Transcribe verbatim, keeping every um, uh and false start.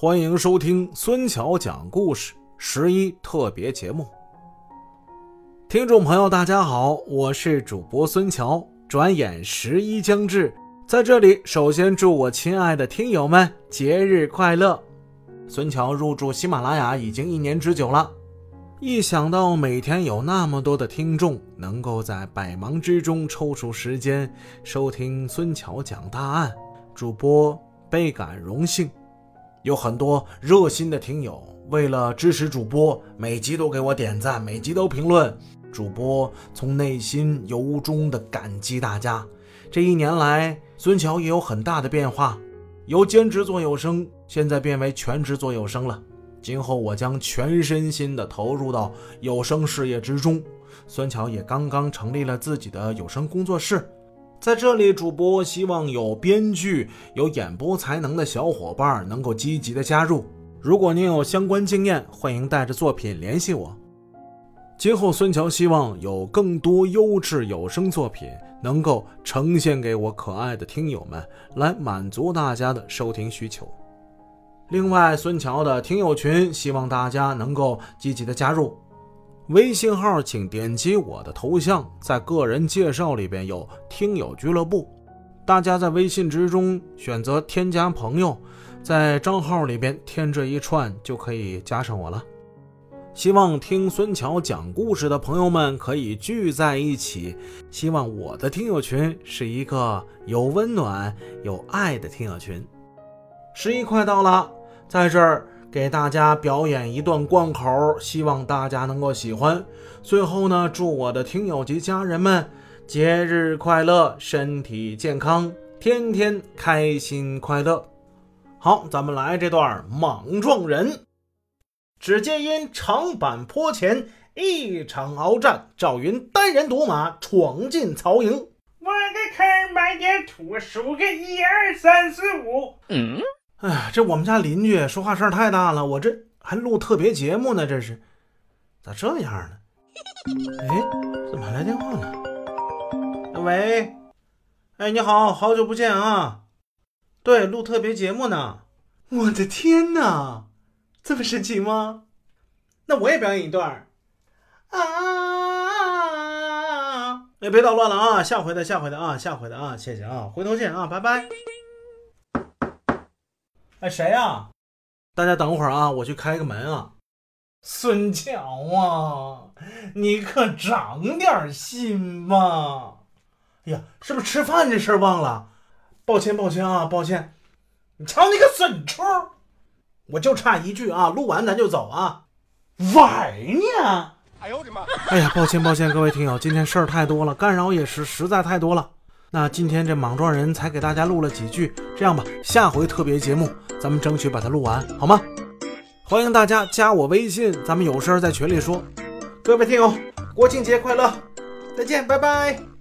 欢迎收听孙桥讲故事十一特别节目。听众朋友大家好，我是主播孙桥。转眼十一将至，在这里首先祝我亲爱的听友们节日快乐。孙桥入驻喜马拉雅已经一年之久了，一想到每天有那么多的听众能够在百忙之中抽出时间收听孙桥讲大案，主播倍感荣幸。有很多热心的听友为了支持主播，每集都给我点赞，每集都评论，主播从内心由衷的感激大家。这一年来，孙桥也有很大的变化，由兼职做有声现在变为全职做有声了。今后我将全身心的投入到有声事业之中。孙桥也刚刚成立了自己的有声工作室，在这里主播希望有编剧有演播才能的小伙伴能够积极的加入，如果您有相关经验，欢迎带着作品联系我。今后孙桥希望有更多优质有声作品能够呈现给我可爱的听友们，来满足大家的收听需求。另外，孙桥的听友群希望大家能够积极的加入，微信号请点击我的头像，在个人介绍里边有听友俱乐部，大家在微信之中选择添加朋友，在账号里边添这一串就可以加上我了。希望听孙桥讲故事的朋友们可以聚在一起，希望我的听友群是一个有温暖有爱的听友群。十一快到了，在这儿给大家表演一段贯口，希望大家能够喜欢。最后呢，祝我的听友及家人们节日快乐，身体健康，天天开心快乐。好，咱们来这段莽撞人。只见因长坂坡前一场鏖战，赵云单人独马闯进曹营。 我的坑埋点土，数个一二三四五。 嗯，哎呀，这我们家邻居说话声太大了，我这还录特别节目呢，这是咋这样呢？哎，怎么还来电话呢？喂，哎，你好，好久不见啊！对，录特别节目呢。我的天哪，这么神奇吗？那我也表演一段啊！哎，别捣乱了啊！下回的，下回的啊，下回的啊，谢谢啊，回头见啊，拜拜。哎，谁啊？大家等会儿啊，我去开个门啊。孙桥啊，你可长点心吧！哎呀，是不是吃饭这事儿忘了？抱歉，抱歉啊，抱歉。你瞧你个损出！我就差一句啊，录完咱就走啊。玩呢？哎呦我的妈！哎呀，抱歉抱歉，各位听友，今天事儿太多了，干扰也是实在太多了。那今天这莽撞人才给大家录了几句，这样吧，下回特别节目咱们争取把它录完，好吗？欢迎大家加我微信，咱们有事在群里说。各位听友，国庆节快乐，再见，拜拜。